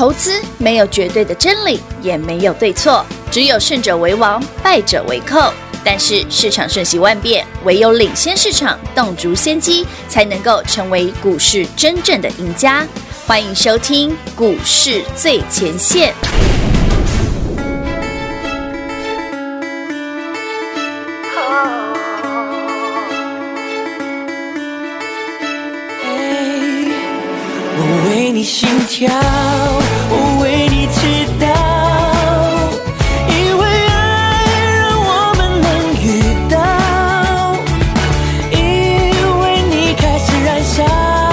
投资没有绝对的真理，也没有对错，只有胜者为王，败者为寇。但是市场瞬息万变，唯有领先市场，洞烛先机，才能够成为股市真正的赢家。欢迎收听股市最前线。 我为你心跳，我为你祈祷，因为爱让我们能遇到，因为你开始燃烧，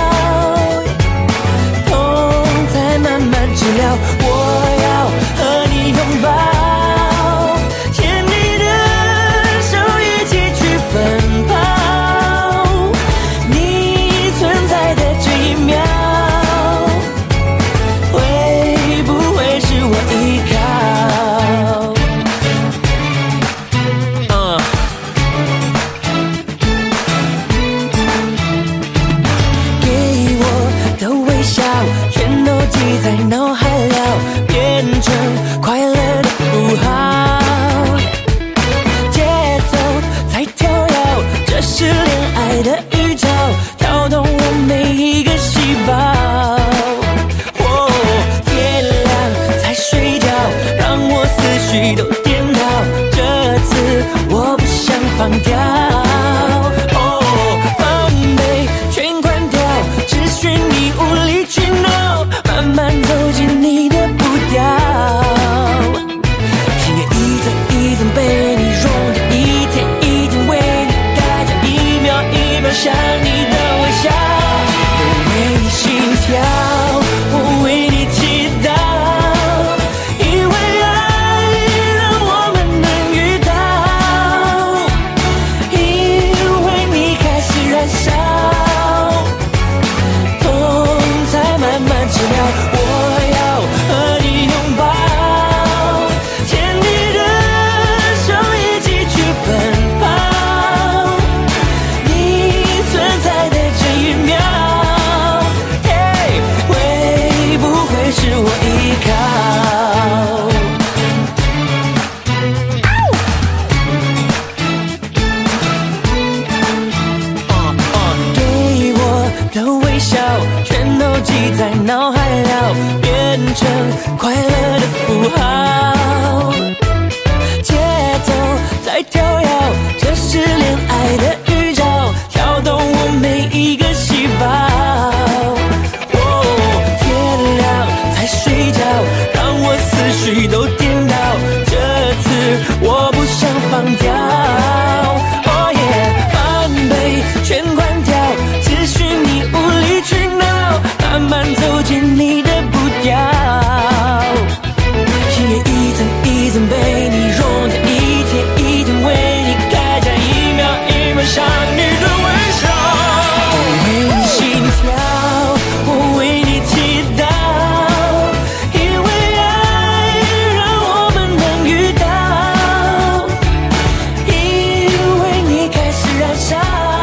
痛在慢慢治疗，我要和你拥抱，牵你的手一起去奔跑，你存在的这一秒在脑海了，变成快乐的符号，节奏在跳跃，这是恋爱的预兆，跳动我每一个细胞。天亮才睡觉，让我思绪都颠倒，这次我不想放掉。防备全关掉，只许你无理取闹，慢慢走进你的步调，心也一层一层被你融掉，一天一天为你改造，一秒一秒想你的微笑。我为你心跳，我为你祈祷，因为爱让我们能遇到，因为你开始燃烧，痛在慢慢治疗。在脑海了，变成快乐的符号，节奏在跳跃，这是恋爱的预兆，跳动我每一个细胞。天亮才睡觉，让我思绪都颠倒，这次我不想放掉。防备全关掉，只许你无理取闹，慢慢走进你的步调，心也一层一层被你融掉，一天一天为你改造，一秒一秒想你的微笑。我为你心跳，我为你祈祷，因为爱让我们能遇到，因为你开始燃烧，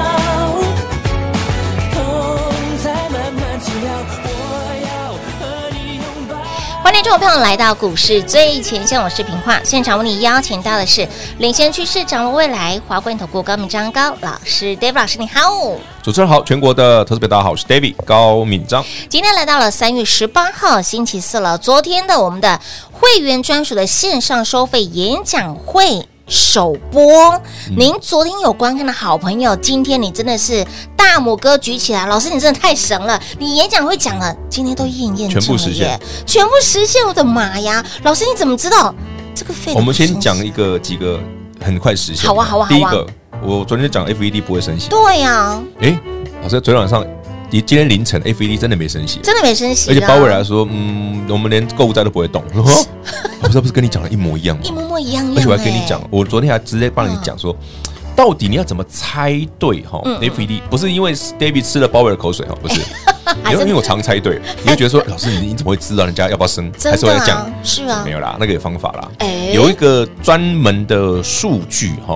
欢迎众朋友来到股市最前线，我是平化，现场为你邀请到的是领先趋势掌握未来华冠投顾高敏章高老师 ，David 老师你好。 主持人好，全国的投资者大家好，我是 David 高敏章。 今天来到了3月18号星期四了，昨天的我们的会员专属的线上收费演讲会首播，您昨天有观看的好朋友，今天你真的是大拇哥举起来，老师你真的太神了！你演讲会讲了，今天都验证了耶，全部实现！我的妈呀，老师你怎么知道这个费？ 我们先讲几个很快实现。 好啊。 第一个，我昨天就讲 FED 不会升息。 对呀。 老师昨天晚上。今天凌晨 FED 真的没升息， 真的没升息， 而且鲍威尔来说，我们连购物债都不会动。我不是跟你讲的一模一样吗？ 一模一样。 而且我还跟你讲，我昨天还直接帮你讲说，到底你要怎么猜对哈？FED 不是因为 David 吃了鲍威尔口水哈，不是，因为我常猜对，你会觉得说，老师你怎么会知道人家要不要升，还是会降？ 是啊， 没有啦，那个有方法啦，有一个专门的数据哈。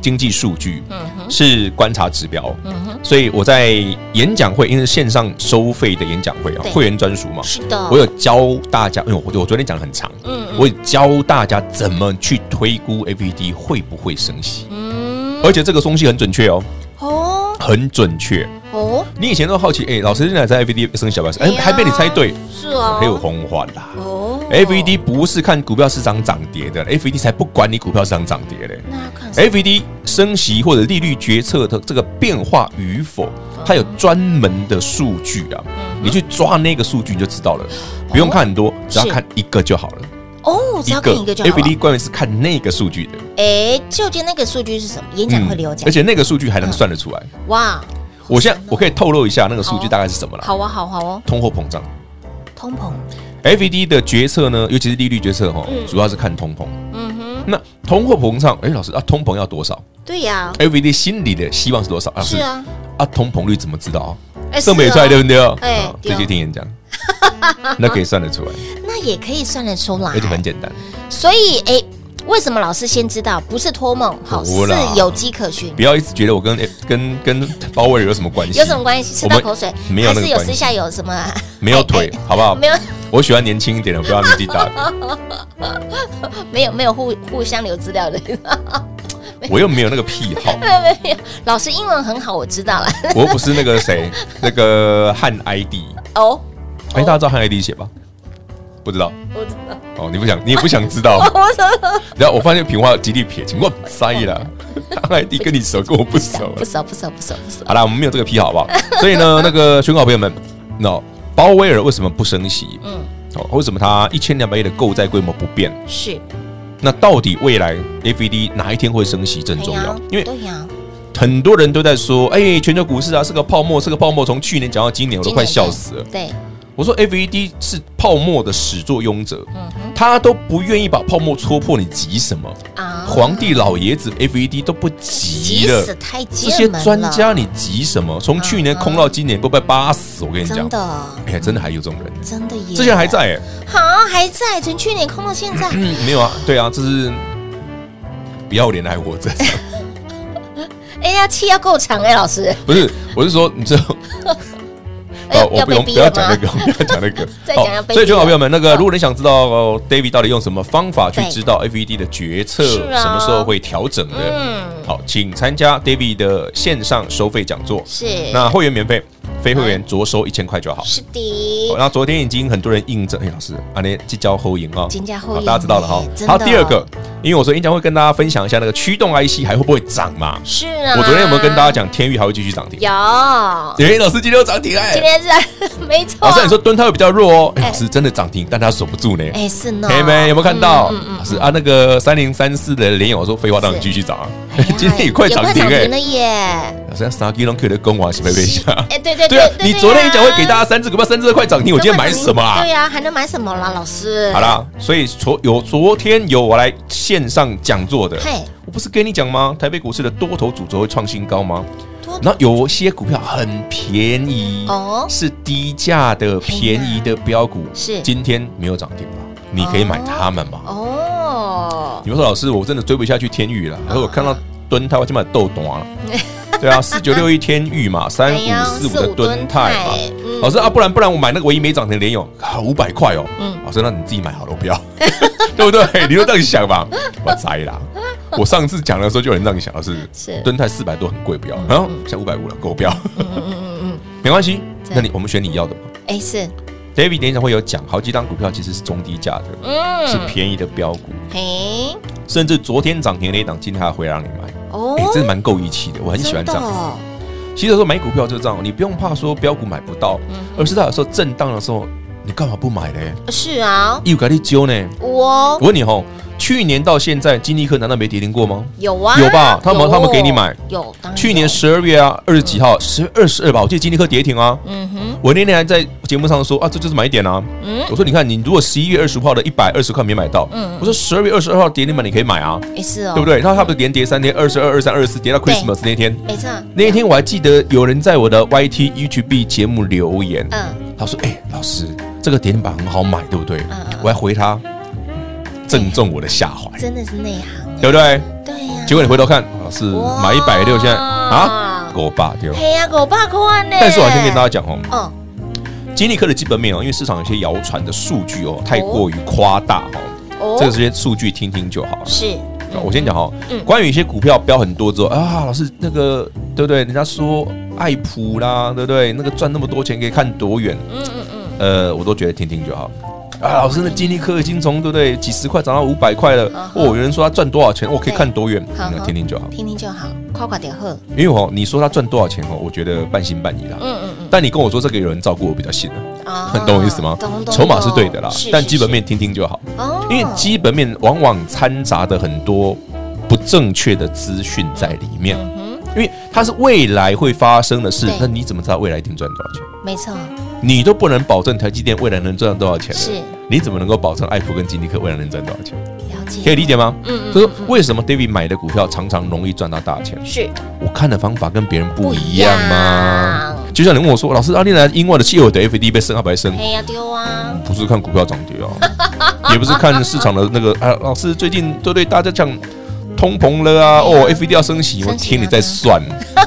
经济数据，是观察指标，所以我在演讲会，因为是线上收费的演讲会啊，会员专属嘛， 是的， 我有教大家，因为我昨天讲得很长，我有教大家怎么去推估 FED 会不会升息，而且这个东西很准确哦，很准确哦。你以前都好奇，老师现在在 FED 升小白是，还被你猜对， 是啊， 还有红环啦。FED 不是看股票市场涨跌的 ，FED 才不管你股票市场涨跌嘞。FED 升息或者利率决策的这个变化与否，它有专门的数据啊，你去抓那个数据你就知道了，不用看很多，只要看一个就好了。 只要看一个就好了。 FED 关键是看那个数据的。 究竟那个数据是什么？演讲会里有讲， 而且那个数据还能算得出来。哇！我可以透露一下那个数据大概是什么了。 好啊， 通货膨胀。 通膨。 FED 的决策呢，尤其是利率决策主要是看通膨。那通货膨胀，老师啊，通膨要多少？ 对呀。 FED 心里的希望是多少？ 是啊。 通膨率怎么知道啊？算不出来对不对？这就听演讲，那可以算得出来。 那也可以算得出来， 而且很简单。 所以为什么老师先知道？不是托梦，好，是有迹可循。 不要一直觉得我跟鲍威尔有什么关系？ 有什么关系？吃到口水， 没有那个关系， 还是有私下有什么？ 没有腿，好不好？ 没有。 我喜欢年轻一点的，不要年纪大的。 没有互相留资料的。 我又没有那个癖好。 没有，老师英文很好，我知道了。 我不是那个谁，那个汉 ID 哦。大家知道汉 ID 写吧？不知道。 我知道。 你也不想知道。然后我发现平花极力撇清，我塞了。汉 ID 跟你熟，跟我不熟。 不熟。 好啦，我们没有这个癖好，好不好？所以呢，那个选股好朋友们，鲍威尔为什么不升息？为什么他1200亿的购债规模不变？ 是。 那到底未来 FED 哪一天会升息正重要？因为对呀， 很多人都在说，全球股市啊是个泡沫，从去年讲到今年，我都快笑死了。 对， 我说 FED 是泡沫的始作俑者，他都不愿意把泡沫戳破，你急什么？皇帝老爷子 FED 都不急了， 太这些专家你急什么？从去年空到今年，都被扒死。我跟你讲，真的，真的还有这种人，真的耶，之前还在还在，从去年空到现在， 没有啊？对啊，这是不要脸的还活着。 气要够长老师。 不是，我是说，你知道。我不要讲那个，不要讲那个。所以，全好朋友们，如果你想知道 David 到底用什么方法去知道 FED 的决策什么时候会调整的，好，请参加 David 的线上收费讲座。 是， 那会员免费，非会员着收1000块就好。 是的。 那昨天已经很多人印证，老师，这叫后赢啊，大家知道了哈。好，第二个，因为我说演讲会跟大家分享一下那个驱动 IC 还会不会涨嘛？ 是啊。 我昨天有没有跟大家讲天钰还会继续涨停？ 有。 老师今天又涨停今天是没错。 老师，你说敦泰会比较弱哦，老师真的涨停，但他守不住呢。 是呢。 有没有看到？老师那个3034的联咏，我说废话，让你继续涨啊。今天也快涨停了耶。 老师3基隆 Q 的公华是不是一下？ 对啊， 你昨天演讲会给大家3只股票3只快涨停，我今天买什么啊？ 对啊，还能买什么啦，老师？ 好啦，所以昨天有我来线上讲座的，我不是跟你讲吗？台北股市的多头主轴会创新高吗？然后有些股票很便宜，是低价的便宜的标股，是今天没有涨停了，你可以买它们嘛？你们说老师，我真的追不下去天钰了，然后我看到敦泰，我就买豆短了。对啊，4961天钰嘛，3545的敦泰嘛。老师啊，不然我买那个唯一没涨停的联咏，500块哦。老师，那你自己买好了，我不要，对不对？你都这样想吧，我栽啦。我上次讲的时候就有人这样想，老师，敦泰400多很贵，不要。然后像550了，够不要。没关系，那我们选你要的嘛。 是。 David 演讲会有讲，好几档股票其实是中低价的，是便宜的标股。甚至昨天涨停的那一档，今天还会让你买。真的蛮够义气的，我很喜欢这样子。其实有时候买股票就是这样，你不用怕说标股买不到，而是它有时候震荡的时候，你干嘛不买呢？ 是啊， 有给你揪呢。我问你去年到现在，金立科难道没跌停过吗？ 有啊， 有吧？他们给你买， 有。 去年12月20几号，10月22吧，我记得金立科跌停啊。我那天还在节目上说这就是买点啊。我说你看，你如果11月25号的120块没买到，我说12月22号跌停板你可以买啊， 是哦， 对不对？然后他不是连跌3天，22、23、24跌到 Christmas 那天， 没错。 那一天我还记得有人在我的 YT YouTube 节目留言，他说：“老师，这个跌停板很好买，对不对？”我还回他。正中我的下怀， 真的是内行， 对不对？ 对呀。 结果你回头看，是买160，现在啊，500对。 嘿呀，500块呢。 但是我先跟大家讲哦，金立科的基本面哦，因为市场有些谣传的数据哦，太过于夸大哦，这个些数据听听就好。 是。 我先讲哈，关于一些股票飙很多之后啊，老师那个对不对？人家说爱普啦，对不对？那个赚那么多钱可以看多远？我都觉得听听就好。啊，老师，那金立科已经从对不对几十块涨到500块了，有人说他赚多少钱，我可以看多远？听听就好， 听听就好，夸点贺。 因为你说他赚多少钱我觉得半信半疑啦。但你跟我说这个有人照顾我比较信了，懂我意思吗？筹码是对的啦，但基本面听听就好。因为基本面往往掺杂的很多不正确的资讯在里面，因为它是未来会发生的事，那你怎么知道未来一定赚多少钱？ 没错， 你都不能保证台积电未来能赚多少钱， 是， 你怎么能够保证爱普跟金立科未来能赚多少钱？ 了解， 可以理解吗？所以说为什么 David 买的股票常常容易赚到大钱？ 是我看的方法跟别人不一样吗？就像你问我说，老师，你来英外的企业的 FD 被升还不升？ 嘿呀，丢啊！ 不是看股票涨跌啊，也不是看市场的那个老师最近对不对？大家讲通膨了啊，FD 要升息，我听你在算。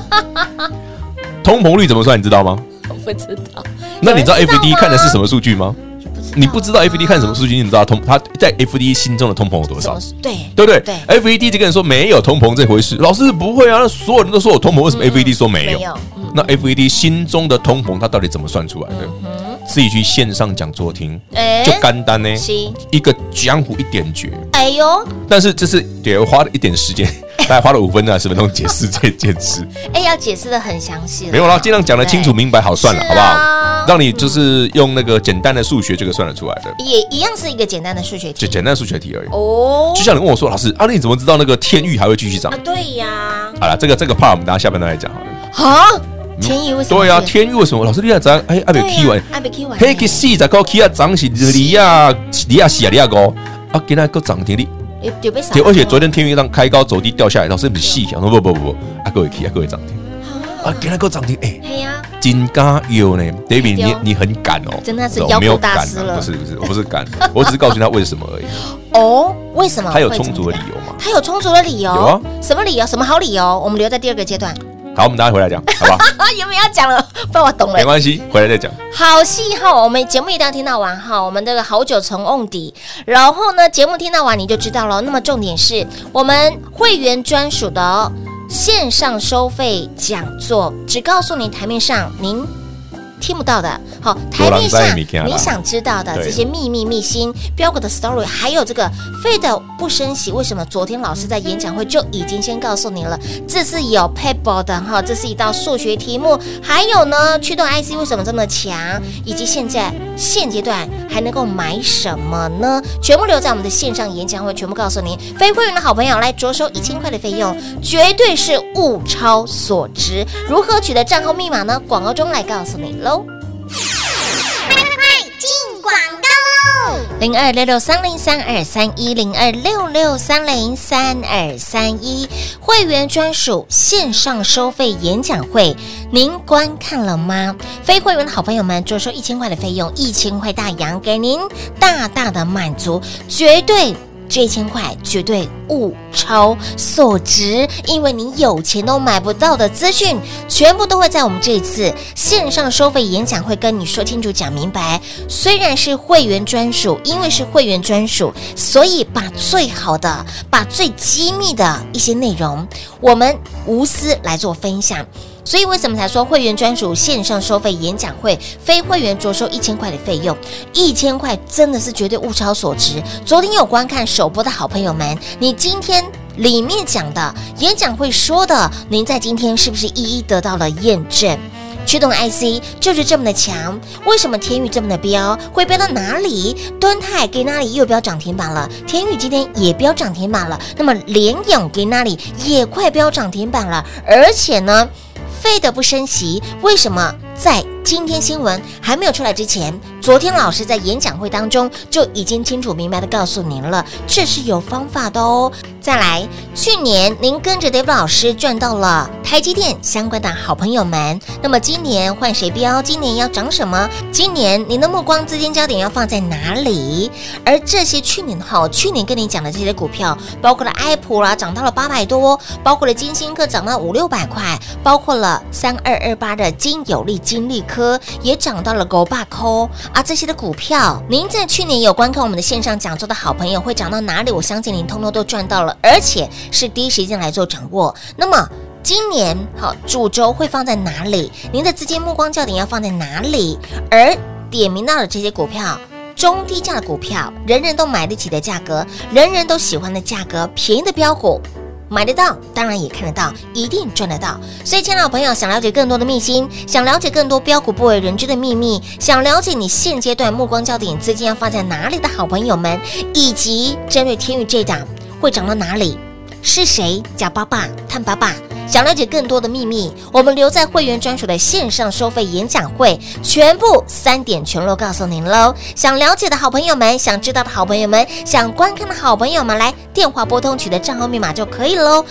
通膨率怎么算？你知道吗？ 我不知道。 那你知道 FD 看的是什么数据吗？你不知道 FD 看什么数据？你知道他在 FD 心中的通膨有多少？ 对不对？FD 这个人说没有通膨这回事，老师不会啊，那所有人都说有通膨，为什么 FD 说没有？那 FD 心中的通膨，它到底怎么算出来的？自己去线上讲座听，就简单呢，一个江湖一点诀。哎呦！但是这是对我花了一点时间，大概花了5分钟还是10分钟解释这件事。 要解释的很详细。 没有啦，尽量讲得清楚明白，好算了，好不好？让你就是用那个简单的数学这个算得出来的， 也一样是一个简单的数学题， 就简单的数学题而已。哦，就像你问我说，老师啊，你怎么知道那个天域还会继续涨？ 对呀。 好了，这个 part 我们等下下半段来讲好了。 好。天域为什么？ 对啊，天域为什么？老师，你要涨，还没 K 完，嘿，去40块 K 啊，涨是利亚4啊，利亚高啊，今天个涨停力，对，而且昨天天域让开高走低掉下来，老师不是细想，不，各位 K 啊，各位涨停啊，今天个涨停，金刚有呢 ，David， 你很赶哦， 真的是妖股大师了， 不是，我不是赶，我只是告诉他为什么而已。 哦，为什么？ 他有充足的理由吗？ 他有充足的理由，有啊，什么理由？什么好理由？我们留在第2个阶段。 好，我们大家回来讲，好不好？ 有没有要讲了？不然我懂了， 没关系，回来再讲。 好戏哈，我们节目一定要听到完哈。我们这个好久成瓮底，然后呢，节目听到完你就知道了。那么重点是我们会员专属的线上收费讲座，只告诉你台面上您听不到的，好，台面上你想知道的这些秘密秘辛、标股的 story， 还有这个费的不升息，为什么？昨天老师在演讲会就已经先告诉你了，这是有 paper 的哈，这是一道数学题目。还有呢，驱动 IC 为什么这么强，以及现阶段还能够买什么呢？全部留在我们的线上演讲会，全部告诉您。非会员的好朋友来着收1000块的费用，绝对是物超所值。如何取得账号密码呢？广告中来告诉你喽。02663032310266303231会员专属线上收费演讲会，您观看了吗？非会员的好朋友们，着收1000块的费用，1000块大洋给您大大的满足，绝对。这1000块绝对物超所值，因为你有钱都买不到的资讯，全部都会在我们这一次线上收费演讲会跟你说清楚讲明白。虽然是会员专属，因为是会员专属，所以把最好的、把最机密的一些内容，我们无私来做分享。所以为什么才说会员专属线上收费演讲会，非会员着收1000块的费用，1000块真的是绝对物超所值。昨天有观看首播的好朋友们，你今天里面讲的演讲会说的，您在今天是不是一一得到了验证？驱动 IC 就是这么的强，为什么天宇这么的飙，会飙到哪里？敦泰给哪里又飙涨停板了？天宇今天也飙涨停板了，那么联咏给哪里也快飙涨停板了，而且呢？费的不升息，为什么在今天新闻还没有出来之前，昨天老师在演讲会当中就已经清楚明白的告诉您了，这是有方法的哦。再来，去年您跟着 David 老师赚到了台积电相关的好朋友们，那么今年换谁标？今年要涨什么？今年您的目光资金焦点要放在哪里？而这些去年跟你讲的这些股票，包括了爱普啦，涨到了800多，包括了金星科涨到500-600块，包括了3228的金有利金利科也涨到了500块啊！这些的股票，您在去年有观看我们的线上讲座的好朋友，会涨到哪里？我相信您通通都赚到了，而且是第一时间来做掌握。那么今年主轴会放在哪里？您的资金目光焦点要放在哪里？而点名到的这些股票，中低价的股票，人人都买得起的价格，人人都喜欢的价格，便宜的标股，买得到，当然也看得到，一定赚得到。所以，亲爱的朋友，想了解更多的秘辛，想了解更多标股不为人知的秘密，想了解你现阶段目光焦点资金要放在哪里的好朋友们，以及针对天宇这档会涨到哪里，是谁假爸爸探爸爸？想了解更多的秘密，我们留在会员专属的线上收费演讲会，全部3点全都告诉您喽。想了解的好朋友们，想知道的好朋友们，想观看的好朋友们，来电话拨通取得账号密码就可以喽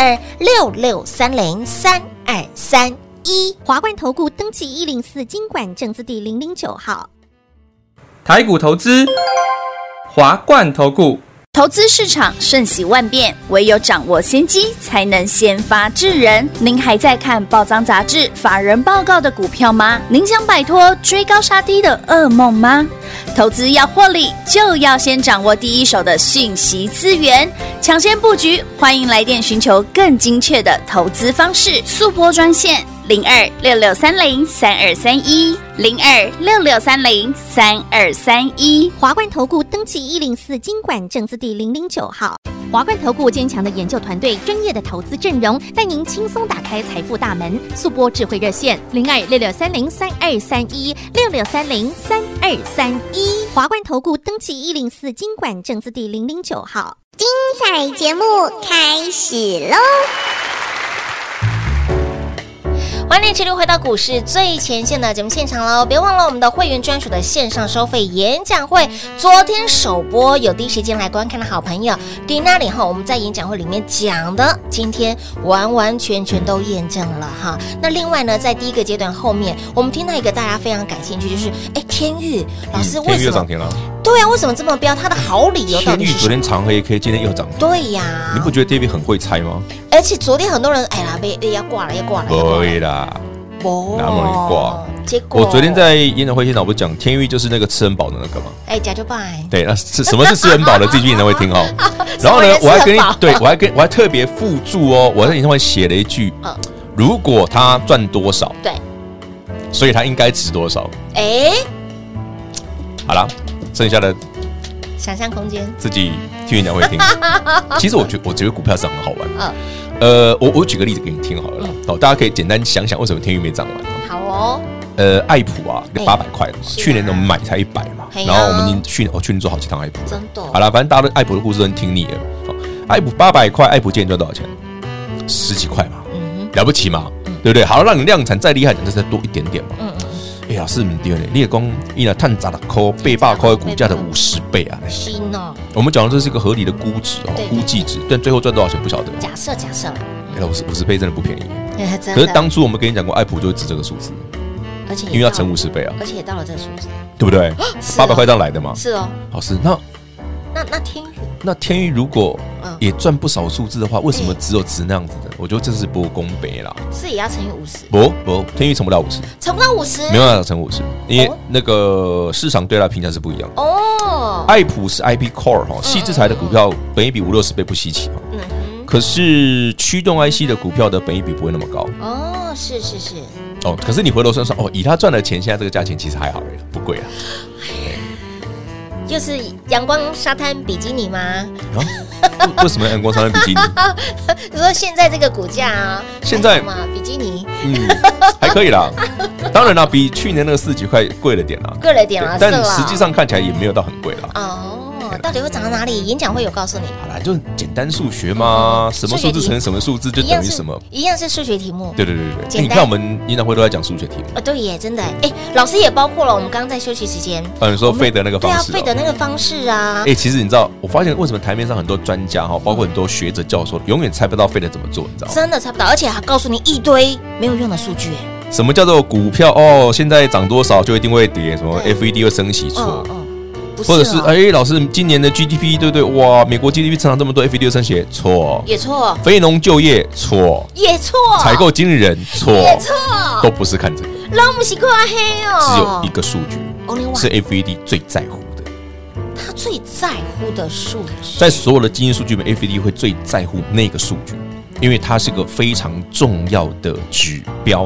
，0266303231。 华冠投顾登记104金管证字第009号。 台股投资，华冠投顾。 投资市场瞬息万变，唯有掌握先机，才能先发制人。您还在看报章杂志、法人报告的股票吗？您想摆脱追高杀低的噩梦吗？投资要获利，就要先掌握第一手的讯息资源，抢先布局。欢迎来电寻求更精确的投资方式，速拨专线02-6630-3231，02-6630-3231。 华冠投顾登记104金管证字第009号。华冠投顾坚强的研究团队，专业的投资阵容，带您轻松打开财富大门。速拨智慧热线02-6630-3231，6630-3231。华冠投顾登记104金管证字第009号。 精彩节目开始喽！ 欢迎持续回到股市最前线的节目现场喽！别忘了我们的会员专属的线上收费演讲会，昨天首播，有第一时间来观看的好朋友，给那里我们在演讲会里面讲的，今天完完全全都验证了哈。那另外呢，在第一个阶段后面，我们听到一个大家非常感兴趣，就是天鈺老师为什么？ 天鈺又涨停了？ 对啊，为什么这么飙？它的好理由到底是什么？ 天鈺昨天长黑 K， 今天又涨停。 对呀， 你不觉得 David 很会猜吗？ 而且昨天很多人要挂了， 对啦。哪么容易挂？ 结果我昨天在演讲会现场不是讲天鈺就是那个吃恩宝的那个吗？ 假就拜。 对，那是什么是吃恩宝的？自己去演唱会听哦。然后呢，我还特别附注哦，我在演唱会写了一句，如果他赚多少， 对， 所以他应该值多少。好了，剩下的想象空间自己听演讲会听。其实我觉得股票是很好玩。我举个例子给你听好了，大家可以简单想想为什么天鈺没涨完。好哦。爱普啊，800块嘛，去年我们买才100嘛，然后我们去年做好几趟爱普，真的。好了，反正大家对爱普的故事都听腻了。爱普800块，爱普今年赚多少钱？10几块嘛，了不起嘛，对不对？好，让你量产再厉害点，再多一点点嘛。老师唔对呢，你也讲伊那探砸了扣800块股价的50倍啊！我们讲的这是一个合理的估值哦，估计值，但最后赚多少钱不晓得。 假设了 ，50倍真的不便宜。可是当初我们跟你讲过，爱普就会值这个数字， 而且因为要乘50倍啊， 而且也到了这个数字， 对不对？800块这样来的嘛。 是哦， 老师， 那天鈺如果也赚不少数字的话，为什么只有值那样子的？我觉得这是不公平啦。 是也要乘以50？ 不，天鈺乘不到50， 乘不到50， 没办法乘50，因为那个市场对它的评价是不一样的。爱普是 IP Core 矽智财的股票，本益比50-60倍不稀奇嘛。可是驱动 IC 的股票的本益比不会那么高。 是。 可是你回头算，以他赚的钱，现在这个价钱其实还好不贵啊。 就是阳光沙滩比基尼吗？ 为什么阳光沙滩比基尼？ 你说现在这个股价啊， 现在嘛比基尼， 还可以啦。当然啦，比去年那个40几块贵了点啦， 贵了点啦， 但实际上看起来也没有到很贵啦。 到底会涨到哪里？演讲会有告诉你。 好啦，就简单数学嘛，什么数字乘什么数字就等于什么， 一样是数学题目。 对。你看我们演讲会都在讲数学题目。 对耶，真的。老师也包括了我们刚刚在休息时间。 你说费的那个方式。 对啊，费的那个方式啊。 其实你知道，我发现为什么台面上很多专家包括很多学者教授，永远猜不到费的怎么做，你知道吗？ 真的猜不到，而且还告诉你一堆没有用的数据。 什么叫做股票现在涨多少就一定会跌？什么 FED 会升息？错。或者是老师，今年的 GDP 对不对？哇，美国 GDP 成长这么多 ，FED 升息错， 也错。 非农就业错， 也错。 采购经理人错， 也错。 都不是看这个， 老母是看黑哦。 只有一个数据是 FED 最在乎的， 他最在乎的数据， 在所有的经济数据里面 ，FED 会最在乎那个数据，因为它是个非常重要的指标。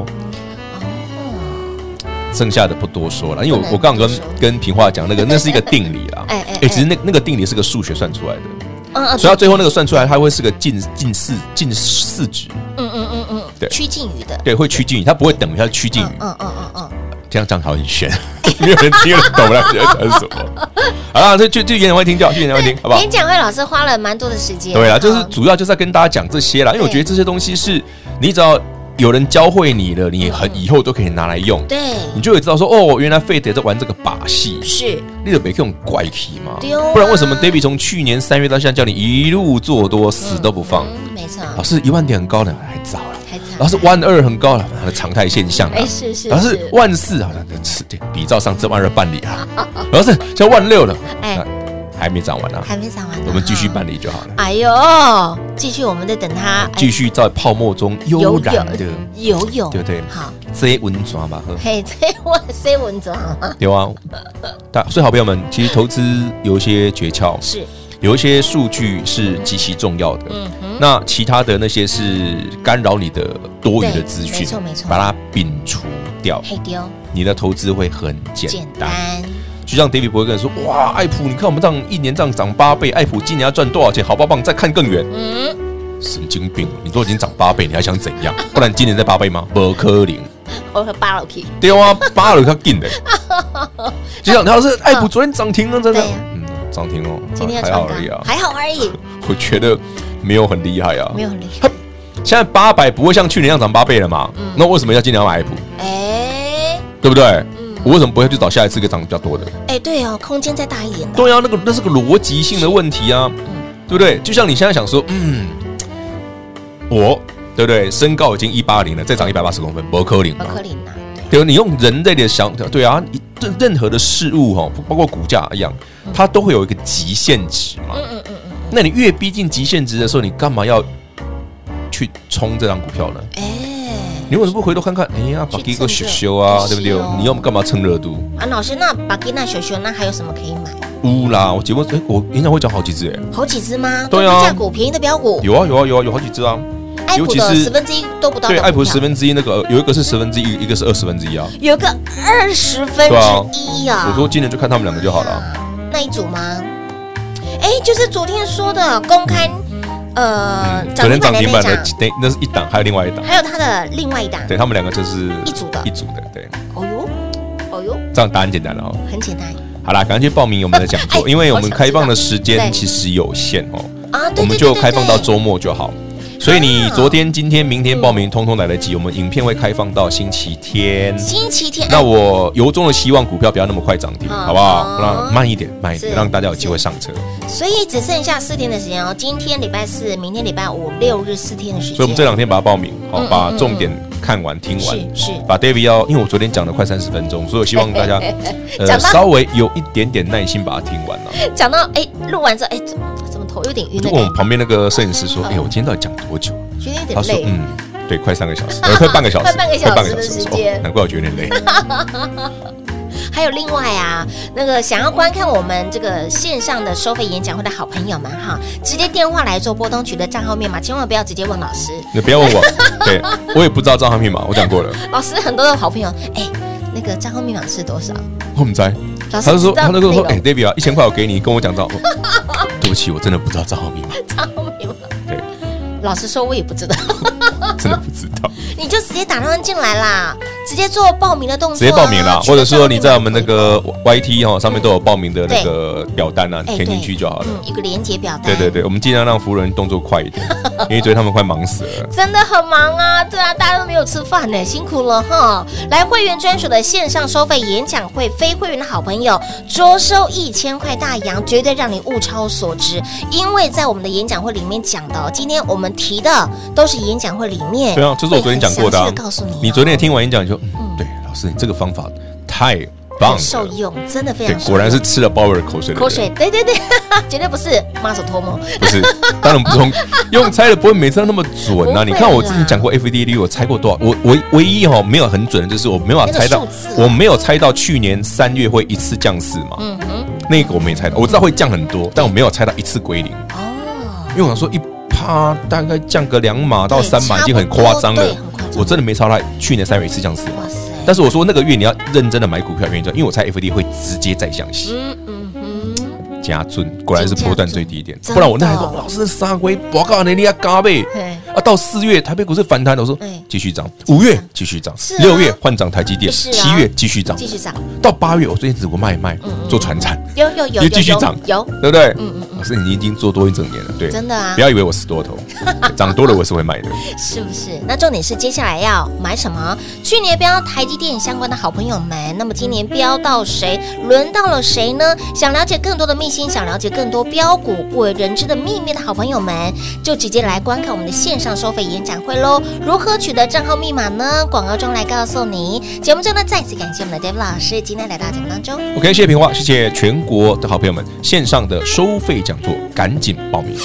剩下的不多说了，因为我刚刚跟平话讲那是一个定理啦。其实那个定理是个数学算出来的，所以到最后那个算出来，它会是个近似值。对， 趋近于的。 对，会趋近于，它不会等于，它是趋近于。这样好很玄，没有人听得懂了，觉得讲什么？好啦，就演讲会听就好，去演讲会听，好不好？ 演讲会老师花了蛮多的时间。 对啦，就是主要就是要跟大家讲这些啦，因为我觉得这些东西是你只要有人教会你了，你以后都可以拿来用。 对， 你就会知道说，原来费德在玩这个把戏， 是你就没这种怪气嘛。不然为什么 David 从去年3月到现在叫你一路做多，死都不放？ 没错。 老师1万点很高的，还早了。老师12000很高了，常态现象啊。 是。 老师14000好像比照上这12000办理啊。老师像16000了，还没涨完啊， 还没涨完， 我们继续办理就好了。 哎呦，继续，我们在等它继续在泡沫中悠然的游泳， 对不对？ 好， 这温抓吧， 这温抓， 对啊。所以好朋友们，其实投资有一些诀窍， 是有一些数据是极其重要的。那其他的那些是干扰你的多余的资讯， 没错， 把它摒除掉，你的投资会很简单。就像 David 不会跟人说，哇，爱普，你看我们一年这样涨8倍，爱普今年要赚多少钱？好棒棒，再看更远。神经病！你都已经涨8倍，你还想怎样？不然今年再8倍吗？不可能。 我会8楼去。 对啊，8楼它紧的。就像老师，爱普昨天涨停了，真的。涨停哦， 今天还好而已啊， 还好而已。 我觉得没有很厉害啊， 没有很厉害。 现在800不会像去年一样涨8倍了嘛？那为什么要今年要买爱普？对不对？我为什么不会去找下一次可以涨比较多的？ 对哦，空间再大一点。 对啊，那是个逻辑性的问题啊，对不对？就像你现在想说，我对不对？身高已经180了，再长180公分，不可能嘛？对，你用人类的想法，对啊，任何的事物包括股价一样，它都会有一个极限值嘛。那你越逼近极限值的时候，你干嘛要去冲这张股票呢？你为什么不回头看看？把给个修啊，对不对？你要干嘛蹭热度啊？老师，那把给那修，那还有什么可以买？ 啦，我节目我演讲会讲好几只好几只吗？ 对啊， 价股便宜的标股有好几只啊。 爱普的1/10都不到， 对，爱普1/10那个有一个是1/10，一个是20%啊， 有个1/20啊。 我说今年就看他们2个就好了。 那一组吗？就是昨天说的公开。 昨天涨停板的那是一档，还有另外一档， 还有它的另外一档， 对他们2个就是一组的， 对。 哦呦， 这样答案简单了哦， 很简单。 好啦，赶快去报名我们的讲座，因为我们开放的时间其实有限哦，我们就开放到周末就好。所以你昨天、今天、明天报名通通来得及，我们影片会开放到星期天。那我由衷的希望股票不要那么快涨停，好不好？让慢一点，让大家有机会上车。 所以只剩下4天的时间哦，今天礼拜4，明天礼拜5、6日4天的时间。 所以我们这2天把它报名，好，把重点看完、听完。是。把 David 因为我昨天讲了快30分钟，所以我希望大家稍微有一点点耐心把它听完了。 讲到录完之后，怎么头有点晕？ 就问我们旁边那个摄影师说：“我今天到底讲多久？” 觉得有点累。 对，快3个小时，快半个小时， 快半个小时的时间， 难怪我觉得有点累。 还有另外那个想要观看我们这个线上的收费演讲会的好朋友们直接电话来做拨通取得账号密码，千万不要直接问老师。 你不要问我，对我也不知道账号密码，我讲过了。 老师很多的好朋友，那个账号密码是多少？ 我们在。他就说，David 1000块我给你，跟我讲账。对不起，我真的不知道账号密码。 账号密码。 对。 老实说，我也不知道， 真的不知道。 你就直接打电话进来啦，直接做报名的动作， 直接报名啦，或者说你在我们那个 YT 上面都有报名的那个表单啊，填进去就好了。 一个连结表单。 对，我们尽量让服务人动作快一点，因为觉得他们快忙死了。 真的很忙啊，对啊，大家都没有吃饭呢，辛苦了哈。来，会员专属的线上收费演讲会，非会员的好朋友着收1000块大洋，绝对让你物超所值。因为在我们的演讲会里面讲的，今天我们提的都是演讲会里面， 对啊，这是我昨天讲过的啊。 告诉你， 你昨天听完演讲你就，对，老师，你这个方法太棒了， 受用，真的非常受用。 对，果然是吃了鲍威尔口水的。 口水，对，绝对不是妈手托摸， 不是，当然不用用猜的，不会每次都那么准啊。你看我之前讲过 FED 率，我猜过多少？我唯一没有很准的就是我没有猜到，我没有猜到去年3月会一次降4嘛。那个我没猜到，我知道会降很多，但我没有猜到一次归零。因为我想说1%大概降个2码到3码已经很夸张了，我真的没猜到去年3月一次降4码。但是我说那个月你要认真的买股票，原因因为我猜 FED 会直接再降息。加准果然是波段最低点，不然我那还说老师杀龟报告能力要加倍啊！到4月台北股市反弹，我说继续涨，5月继续涨，6月换涨台积电，7月继续涨，到8月我最近只顾卖做传产，有继续涨，有对不对？老师你已经做多1整年了，对， 真的啊！ 不要以为我死多头，涨多了我是会买的， 是不是？那重点是接下来要买什么？去年标台积电相关的好朋友们，那么今年标到谁？轮到了谁呢？想了解更多的秘辛，想了解更多标股不为人知的秘密的好朋友们，就直接来观看我们的线上收费演讲会喽！如何取得账号密码呢？广告中来告诉你。节目中呢，再次感谢我们的 David 老师今天来到节目当中。 OK， 谢谢平花，谢谢全国的好朋友们，线上的收费讲座赶紧报名。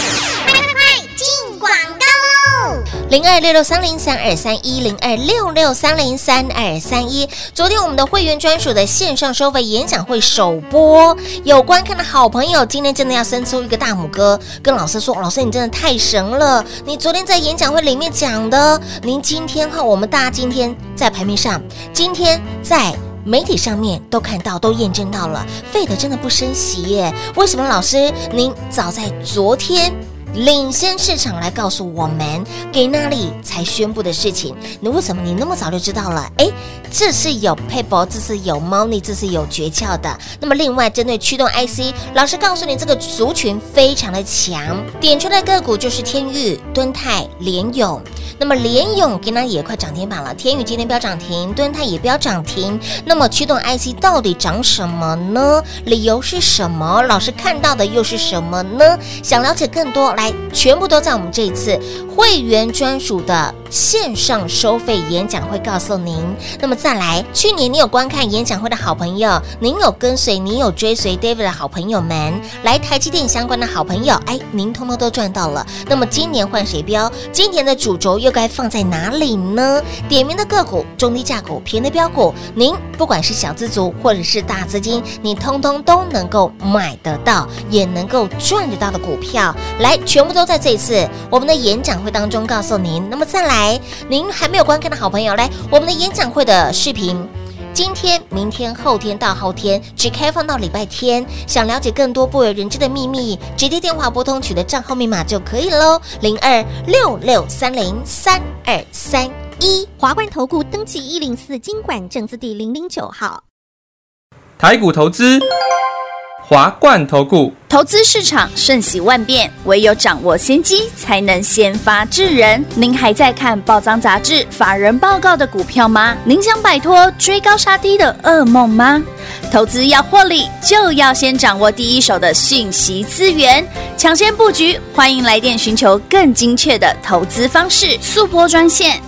0266303231，0266303231。昨天我们的会员专属的线上收费演讲会首播，有观看的好朋友，今天真的要伸出一个大拇哥，跟老师说：“老师，你真的太神了！你昨天在演讲会里面讲的，您今天我们大家今天在盘面上，今天在媒体上面都看到，都验证到了，Fed真的不升息耶？为什么老师您早在昨天领先市场来告诉我们，给那里才宣布的事情，你为什么你那么早就知道了？这是有配博，这是有猫腻，这是有诀窍的。那么另外针对驱动 IC， 老师告诉你这个族群非常的强，点出来个股就是天钰、敦泰、联咏。那么联咏跟它也快涨停板了，天钰今天飙涨停，敦泰也飙涨停。那么驱动 IC 到底涨什么呢？理由是什么？老师看到的又是什么呢？想了解更多，来，全部都在我们这一次会员专属的线上收费演讲会告诉您。那么再来，去年你有观看演讲会的好朋友，您有跟随，你有追随 David 的好朋友们，来台积电相关的好朋友，您通通都赚到了。那么今年换谁标？今年的主轴又该放在哪里呢？点名的个股、中低价股、便宜的标股，您不管是小资族或者是大资金，你通通都能够买得到，也能够赚得到的股票，来，全部都在这一次我们的演讲会当中告诉您。那么再来，您还没有观看的好朋友，来，我们的演讲会的视频，今天、明天、后天到后天只开放到礼拜天。想了解更多不为人知的秘密，直接电话拨通取得账号密码就可以喽。0266303231。 华冠投顾登记104金管证字第009号。 台股投资，华冠投顾。 投资市场瞬息万变，唯有掌握先机，才能先发制人。您还在看报章杂志、法人报告的股票吗？您想摆脱追高杀低的噩梦吗？投资要获利，就要先掌握第一手的讯息资源，抢先布局。欢迎来电寻求更精确的投资方式，速拨专线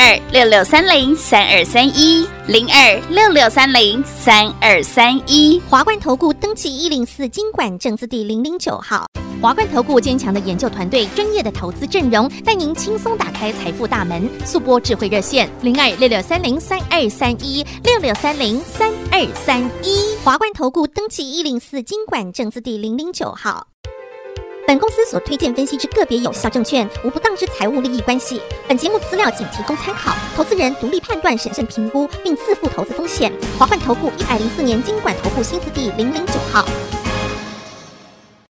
0266303231，0266303231。 华冠投顾登记104金管证字第009号。华冠投顾坚强的研究团队，专业的投资阵容，带您轻松打开财富大门。速拨智慧热线0266303231，66303231。华冠投顾登记104金管证字第009号。本公司所推荐分析之个别有效证券，无不当之财务利益关系。本节目资料仅提供参考，投资人独立判断、审慎评估，并自负投资风险。华冠投顾104年金管投顾新字第009号。